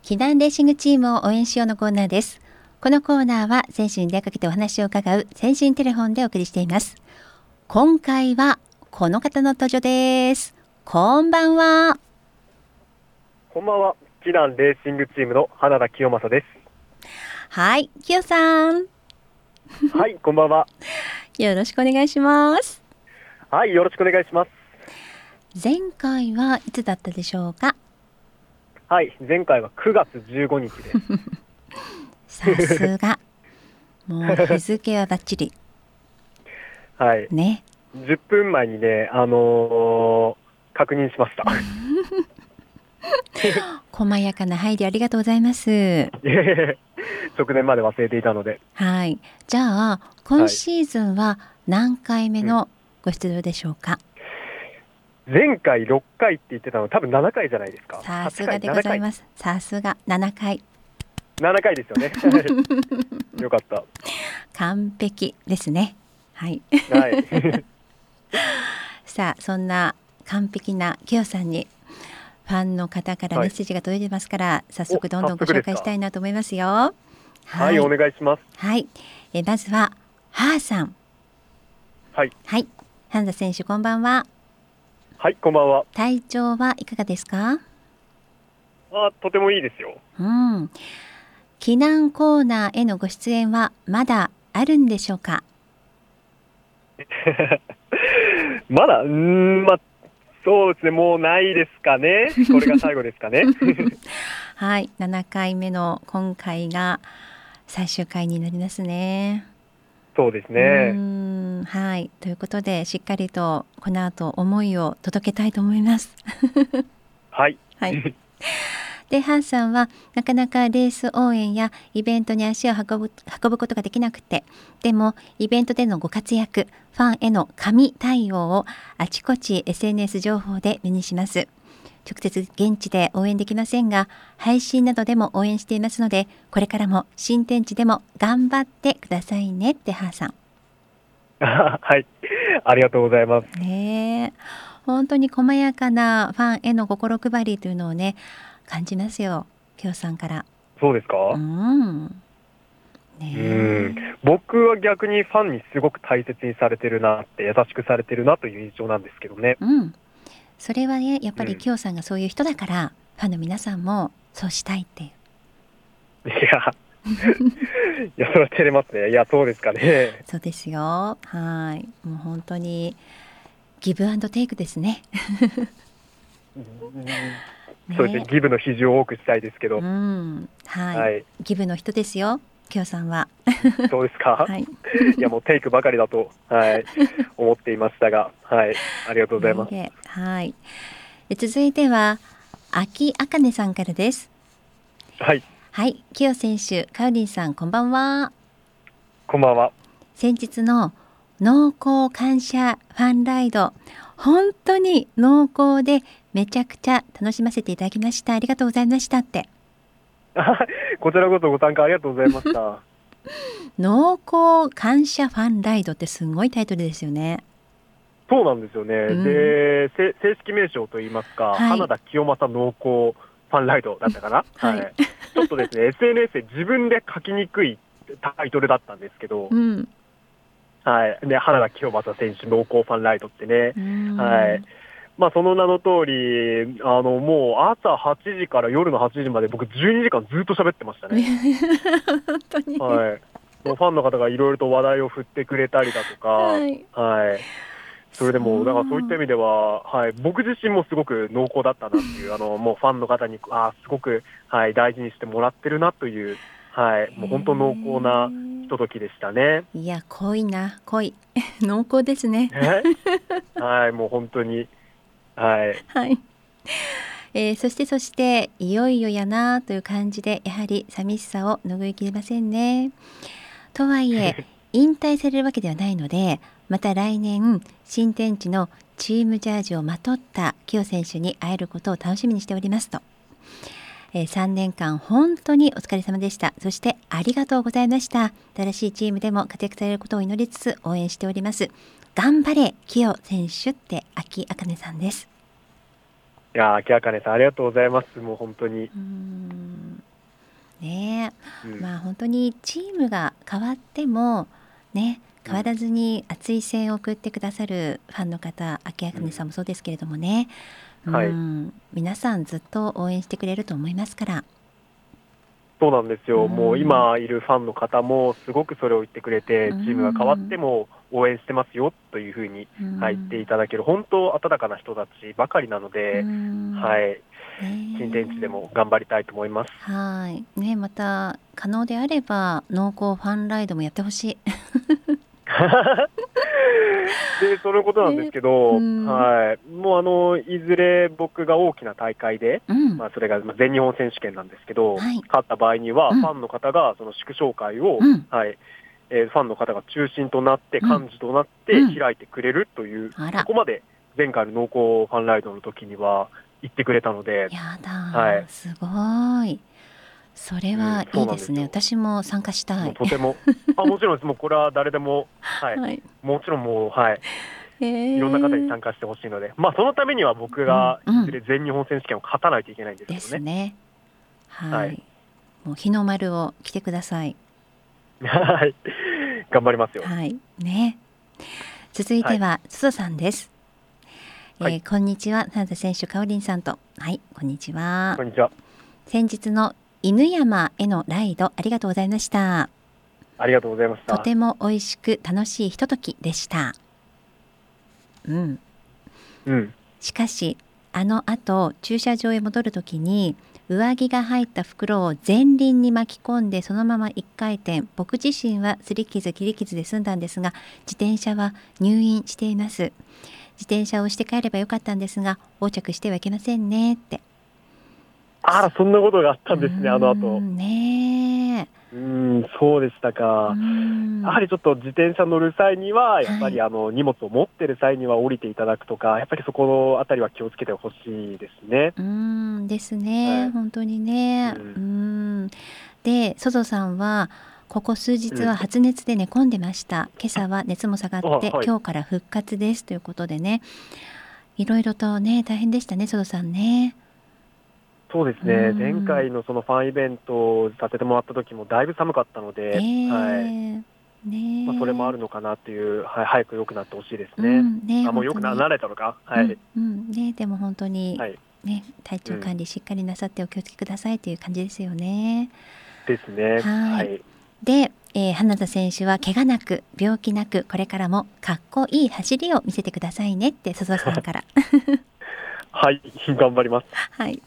避難レーシングチームを応援しようのコーナーです。このコーナーは選手に出かけてお話を伺う先進テレフォンでお送りしています。今回はこの方の登場です。こんばんは。 こんばんは。避難レーシングチームの花田清正です。 はい、清さん。 はい、こんばんは。 よろしくお願いします。 はい、よろしくお願いします。 前回はいつだったでしょうか。 はい、前回は9月15日です。 さすが。もう日付はバッチリ。 はい。 ね。 10分前にね、確認しました。 細やかな配慮ありがとうございます。 直前まで忘れていたので。 はい。じゃあ今シーズンは何回目のご出場でしょうか。 前回6回って言ってたの多分7回じゃないですか。 さすがでございます。さすが7回。 7回ですよね。よかった。 完璧ですね。はい。 はい。 さあそんな完璧なきよさんにファンの方からメッセージが届いてますから、はい、早速どんどんご紹介したいなと思いますよ。 はい、お願いします。 はい。まずはハーさん。 はい。 はい。花田選手こんばんは。 はい、こんばんは。 体調はいかがですか？ とてもいいですよ。 避難コーナーへのご出演はまだあるんでしょうか？ まだそうですね、もうないですかね。これが最後ですかね。 はい、7回目の今回が最終回になりますね。 そうですね。 はい、ということでしっかりとこの後思いを届けたいと思います。 はい。 はい。でハンさんはなかなかレース応援やイベントに足を運ぶことができなくて、でもイベントでのご活躍、ファンへの神対応をあちこち SNS 情報で目にします。直接現地で応援できませんが、配信などでも応援していますので、これからも新天地でも頑張ってくださいねってハーさん。 はい、ありがとうございます。 ねえ、本当に細やかなファンへの心配りというのをね感じますよ、きよさんから。 そうですか？僕は逆にファンにすごく大切にされてるなって、優しくされてるなという印象なんですけどね。 それはねやっぱりきよさんがそういう人だから、ファンの皆さんもそうしたいっていう。 いやそれは照れますね。いやそうですかね。 そうですよ。はい、もう本当にギブアンドテイクですね。 そうですね、ギブの比重を多くしたいですけど。 はい、ギブの人ですよ、きよさんは。 そうですか。 はい。 いやもうテイクばかりだと、思っていましたが、はい、ありがとうございます。 はい。続いては秋あかねさんからです。 はい。 はい、きよ選手、カウリンさんこんばんは。 こんばんは。 先日の濃厚感謝ファンライド、本当に濃厚でめちゃくちゃ楽しませていただきました。ありがとうございましたって。 こちらこそご参加ありがとうございました。 濃厚感謝ファンライドってすごいタイトルですよね。 そうなんですよね。で、正式名称といいますか、花田清正濃厚ファンライドだったかな。ちょっとですね、SNS で自分で書きにくいタイトルだったんですけど、で花田清正選手濃厚ファンライドってね、その名の通り、もう朝8時から夜の8時まで僕12時間ずっと喋ってましたね。 本当に。 もうファンの方がいろいろと話題を振ってくれたりだとか、それでもだからそういった意味では、僕自身もすごく濃厚だったなっていう、もうファンの方にすごく、大事にしてもらってるなという、もう本当濃厚なひとときでしたね。 いや濃いな、濃い濃厚ですね。 もう本当にそしていよいよやなという感じで、やはり寂しさを拭いきれませんね。とはいえ引退されるわけではないので、また来年新天地のチームジャージをまとったきよ選手に会えることを楽しみにしておりますと。3年間本当にお疲れ様でした。そしてありがとうございました。新しいチームでも活躍されることを祈りつつ応援しております。頑張れきよ選手って秋あかねさんです。 いや秋あかねさんありがとうございます。もう本当にね、まあ本当にチームが変わってもね、変わらずに熱い声援を送ってくださるファンの方、明らかにさんもそうですけれどもね、皆さんずっと応援してくれると思いますから。 そうなんですよ、もう今いるファンの方もすごくそれを言ってくれて、チームが変わっても応援してますよというふうに、言っていただける本当温かな人たちばかりなので、新天地でも頑張りたいと思います。 はいね、また可能であれば濃厚ファンライドもやってほしい。 でそのことなんですけど、もういずれ僕が大きな大会で、それが全日本選手権なんですけど、勝った場合には、ファンの方がその祝勝会を、ファンの方が中心となって幹事となって開いてくれるという、そこまで前回の濃厚ファンライドの時には言ってくれたので、 やだ、すごい。それはいいですね。私も参加したい。 とてももちろんです。もうこれは誰でも、もちろんもう、いろんな方に参加してほしいので、そのためには僕がいずれ全日本選手権を勝たないといけないんですけどね。 ですね。もう日の丸を着てください。 頑張りますよ。 ね。続いては須藤さんです。こんにちは、花田選手、かおりんさんと。こんにちは。 こんにちは。 先日の犬山へのライド、ありがとうございました。 ありがとうございました。 とても美味しく楽しいひとときでした。しかしあの後駐車場へ戻るときに上着が入った袋を前輪に巻き込んでそのまま一回転、僕自身は擦り傷切り傷で済んだんですが、自転車は入院しています。自転車をして帰ればよかったんですが横着してはいけませんねって。 そんなことがあったんですね、あの後。そうでしたか。やはりちょっと自転車乗る際にはやっぱり荷物を持ってる際には降りていただくとか、やっぱりそこのあたりは気をつけてほしいですね。 ですね、本当にね。で、ソゾさんはここ数日は発熱で寝込んでました。今朝は熱も下がって今日から復活ですということでね、いろいろとね大変でしたね、ソゾさんね。 そうですね、前回のそのファンイベントをさせてもらった時もだいぶ寒かったので、それもあるのかなという、早く良くなってほしいですね。もう良くなられたのか。 でも本当に、体調管理しっかりなさってお気をつけくださいという感じですよね。 ですね。 で、花田選手は怪我なく病気なくこれからもかっこいい走りを見せてくださいねって笹さんから。 頑張ります。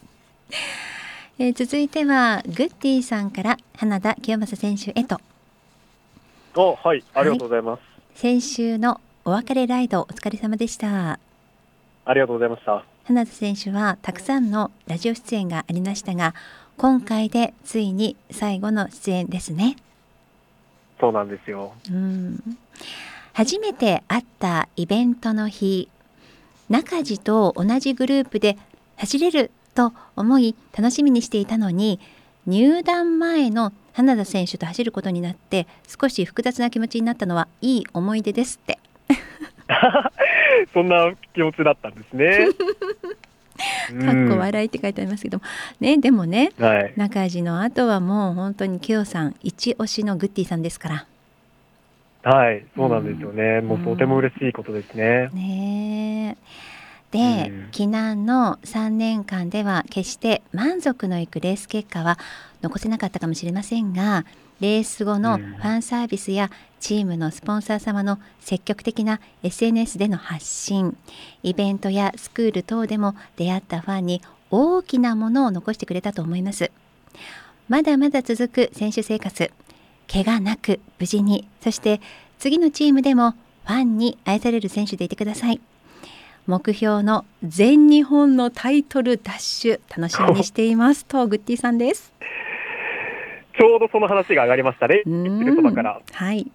続いてはグッディさんから花田清正選手へと。 ありがとうございます。 先週のお別れライドお疲れ様でした。 ありがとうございました。 花田選手はたくさんのラジオ出演がありましたが、今回でついに最後の出演ですね。 そうなんですよ。 初めて会ったイベントの日、中地と同じグループで走れると思い楽しみにしていたのに、入団前の花田選手と走ることになって少し複雑な気持ちになったのはいい思い出ですってそんな気持ちだったんですね。 かっこ笑いって書いてありますけどね。でもね、中地の後はもう本当に清さん一押しのグッディさんですから。 そうなんですよね。もうとても嬉しいことですね。 で、避難の3年間では決して満足のいくレース結果は残せなかったかもしれませんが、レース後のファンサービスやチームのスポンサー様の積極的な SNS での発信、イベントやスクール等でも出会ったファンに大きなものを残してくれたと思います。まだまだ続く選手生活、怪我なく無事に、そして次のチームでもファンに愛される選手でいてください。目標の全日本のタイトル奪取楽しみにしていますとグッディさんです。 ちょうどその話が上がりましたね。言ってるそばから。い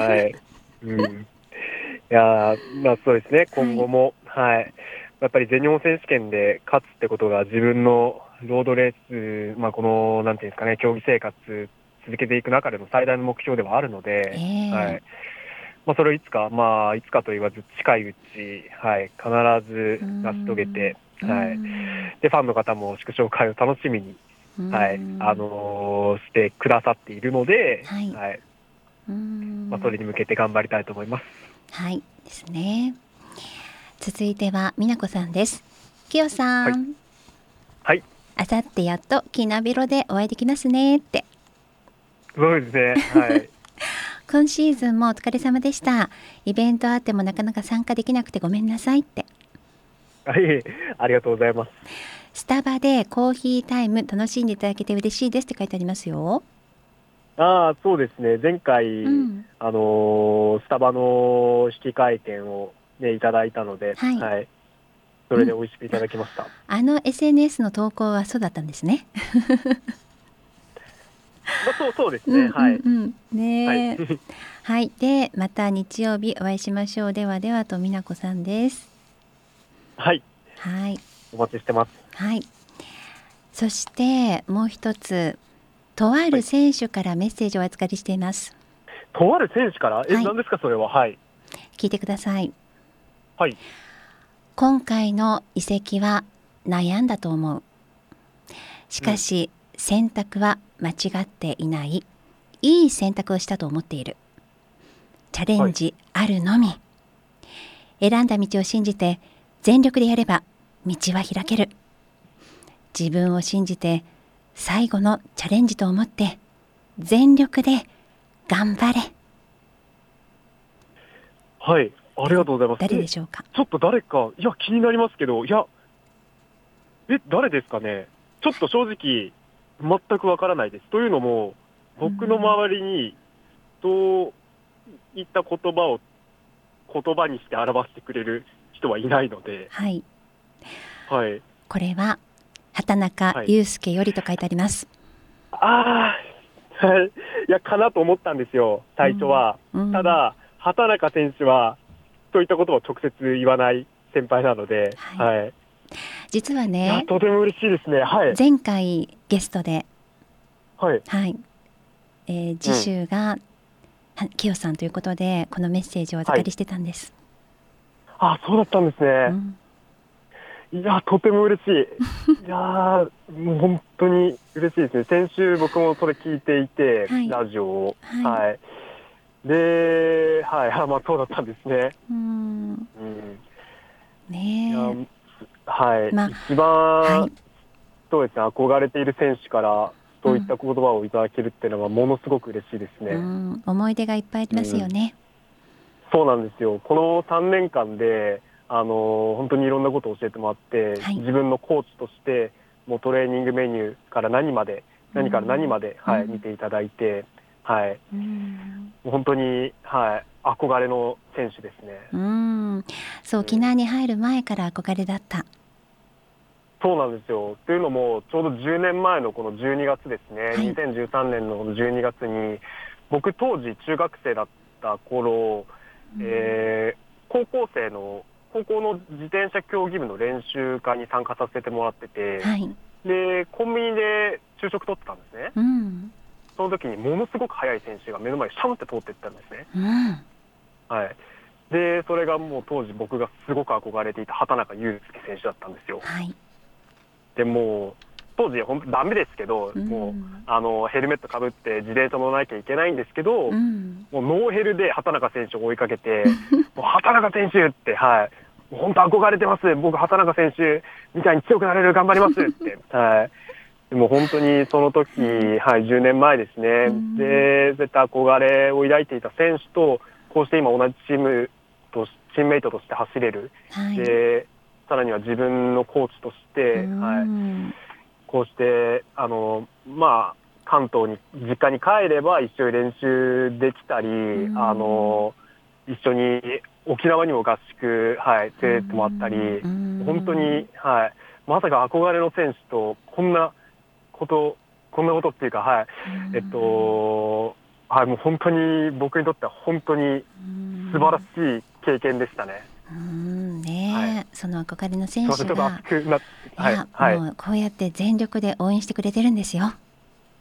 やそうですね。今後も、やっぱり全日本選手権で勝つってことが自分のロードレース、このなんていうんですかね、競技生活続けていく中での最大の目標ではあるので、それをいつかと言わず近いうち、必ず成し遂げて、でファンの方も祝勝会を楽しみにはい、してくださっているので、 はい、 はい、それに向けて頑張りたいと思います。 はいですね。続いては美奈子さんです。きよさん、 はい、 あさってやっときなびろでお会いできますねって。 そうですね、はい。 今シーズンもお疲れ様でした。イベントあってもなかなか参加できなくてごめんなさいって。 はい、ありがとうございます。 スタバでコーヒータイム楽しんでいただけて嬉しいですって書いてありますよ。 そうですね、前回、スタバの引換券を、ね、いただいたので、 はい、 はい、それで美味しくいただきました。 SNS の投稿はそうだったんですね。 そうですね、はい。 ねえ。はい、でまた日曜日お会いしましょう。ではではと美奈子さんです。 はい、 はい、 お待ちしてます。 はい。そしてもう一つ、とある選手からメッセージをお預かりしています。 とある選手から、 はい、 何ですかそれは。はい、 聞いてください。 はい、 今回の移籍は悩んだと思う。しかし、選択は間違っていない。いい選択をしたと思っている。チャレンジあるのみ。選んだ道を信じて全力でやれば道は開ける。自分を信じて最後のチャレンジと思って全力で頑張れ。 はい、ありがとうございます。 誰でしょうか。 ちょっと誰か、いや、気になりますけど、いや、誰ですかね。ちょっと正直、全くわからないです。というのも、僕の周りに、そういった言葉にして表してくれる人はいないので、 はい、 はい。 これは畑中裕介よりと書いてあります。 はい。いや、かなと思ったんですよ、最初は。ただ、畑中選手は、そういったことを直接言わない先輩なので、はい。 実はね、 いや、とても嬉しいですね。はい。 前回ゲストで、 はい。 次週が、きよさんということで、このメッセージをお預かりしてたんです。 そうだったんですね。いや、とても嬉しい。いやもう本当に嬉しいですね。先週僕もそれ聞いていて、ラジオを。はい。で、はい、そうだったんですね。 ねえ。 はい。一番、そうですね、憧れている選手からそういった言葉をいただけるっていうのはものすごく嬉しいですね。 思い出がいっぱいありますよね。 そうなんですよ。この3年間で、本当にいろんなことを教えてもらって、自分のコーチとしてもうトレーニングメニューから何から何まで、見ていただいて、はい、本当に、憧れの選手ですね。 そう、沖縄に入る前から憧れだった。 そうなんですよ。というのも、ちょうど10年前のこの12月ですね、2013年の12月に、僕当時中学生だった頃、高校の自転車競技部の練習会に参加させてもらってて、で、コンビニで昼食取ってたんですね。その時にものすごく速い選手が目の前にシャンって通っていったんですね。はい。で、それがもう当時僕がすごく憧れていた畑中裕介選手だったんですよ。でも当時本当ダメですけど、もうヘルメットかぶって自転車乗らなきゃいけないんですけど、もうノーヘルで畑中選手を追いかけて、もう畑中選手って、はい、本当憧れてます。僕畑中選手みたいに強くなれる、頑張りますって、はい。でも本当にその時、10年前ですね。で、そういった憧れを抱いていた選手と、こうして今同じチームメイトとして走れる。で、さらには自分のコーチとして、こうして関東に実家に帰れば一緒に練習できたり、一緒に沖縄にも合宿、連れてってもらったり、本当に、まさか憧れの選手とこんなことっていうか、もう本当に僕にとっては本当に素晴らしい経験でしたね。 その憧れの選手がもうこうやって全力で応援してくれてるんですよ。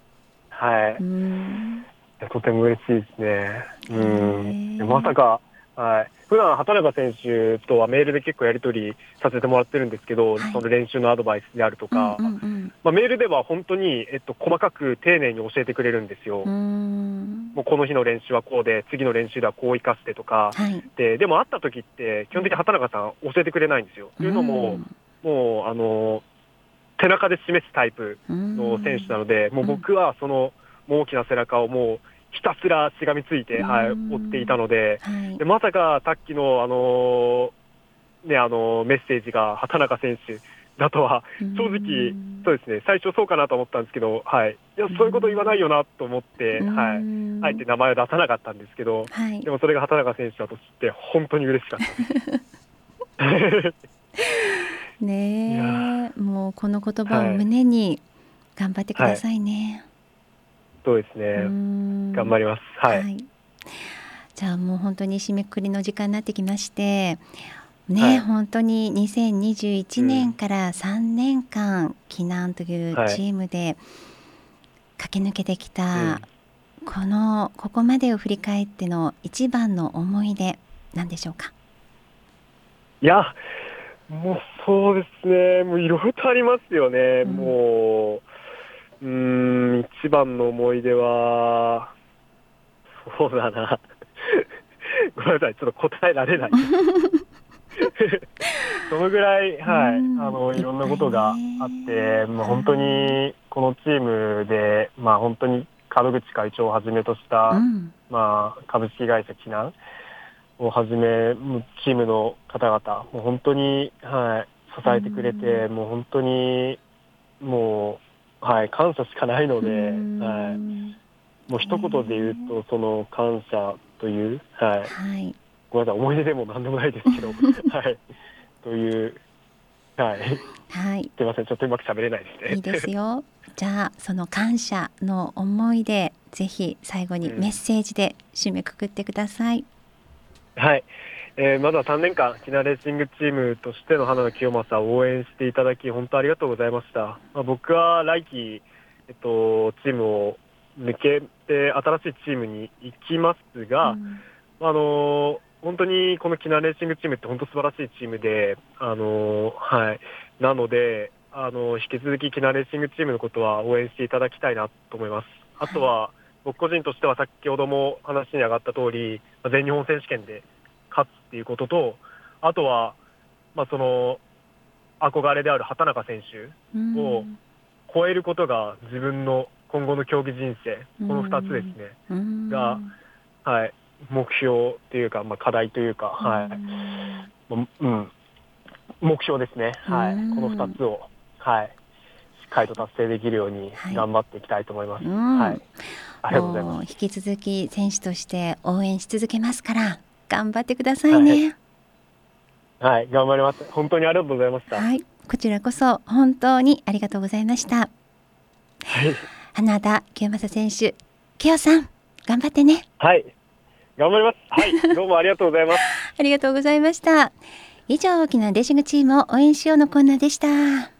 はい。とても嬉しいですね。まさかはい。普段畑中選手とはメールで結構やり取りさせてもらってるんですけど、 はい、 その練習のアドバイスであるとか、まあ、メールでは本当に、細かく丁寧に教えてくれるんですよ。もうこの日の練習はこうで、次の練習ではこう生かしてとか、 はい、 でも会った時って基本的に畑中さん教えてくれないんですよ。というのも、もう背中で示すタイプの選手なので、もう僕はその大きな背中をもうひたすらしがみついて、はい、追っていたので、 はい、 でまさかさっきの、メッセージが畑中選手だとは正直そうですね、最初そうかなと思ったんですけど、はい、いやそういうこと言わないよなと思って、はい、あえて名前を出さなかったんですけど、 はい、 でもそれが畑中選手だと知って本当に嬉しかったです。 ねえ、もうこの言葉を胸に頑張ってくださいね。 そうですね。頑張ります。はい。 はい。じゃあもう本当に締めくくりの時間になってきましてね、 はい、 本当に2021年から3年間、岐南というチームで駆け抜けてきた、ここまでを振り返っての一番の思い出なんでしょうか。 いや、もうそうですね、もういろいろとありますよね。もう一番の思い出はそうだなごめんなさい、ちょっと答えられないそのぐらい、はい、いろんなことがあって、もう本当にこのチームで、まあ、本当に門口会長をはじめとした、まあ、株式会社岐南をはじめチームの方々、もう本当に、はい、支えてくれて、もう本当にもう、はい、感謝しかないので、はい、もう一言で言うとその感謝という、はい、ごめんなさい、思い出でもなんでもないですけど、はい、という、はい、はい、すみません、ちょっとうまく喋れないですね。 いいですよ。じゃあその感謝の思いでぜひ最後にメッセージで締めくくってください。 はい、まずは3年間岐南レーシングチームとしての花田清正を応援していただき本当ありがとうございました。まあ、僕は来季、チームを抜けて新しいチームに行きますが、本当にこの岐南レーシングチームって本当素晴らしいチームで、はい、なので引き続き岐南レーシングチームのことは応援していただきたいなと思います。あとは、僕個人としては先ほども話に上がった通り、全日本選手権で勝つっていうことと、あとは、まあ、その憧れである畑中選手を超えることが自分の今後の競技人生、この2つですね、が、はい、目標というか、まあ、課題というか、はい、目標ですね、はい、この2つを、はい、しっかりと達成できるように頑張っていきたいと思います。はい、ありがとうございます。 引き続き選手として応援し続けますから頑張ってくださいね。 はい、頑張ります。本当にありがとうございました。 はい、こちらこそ本当にありがとうございました。はい、花田清正選手、清さん頑張ってね。 はい、頑張ります。はい、どうもありがとうございます。 ありがとうございました。以上、沖縄レーシングチームを応援しようのコーナーでした。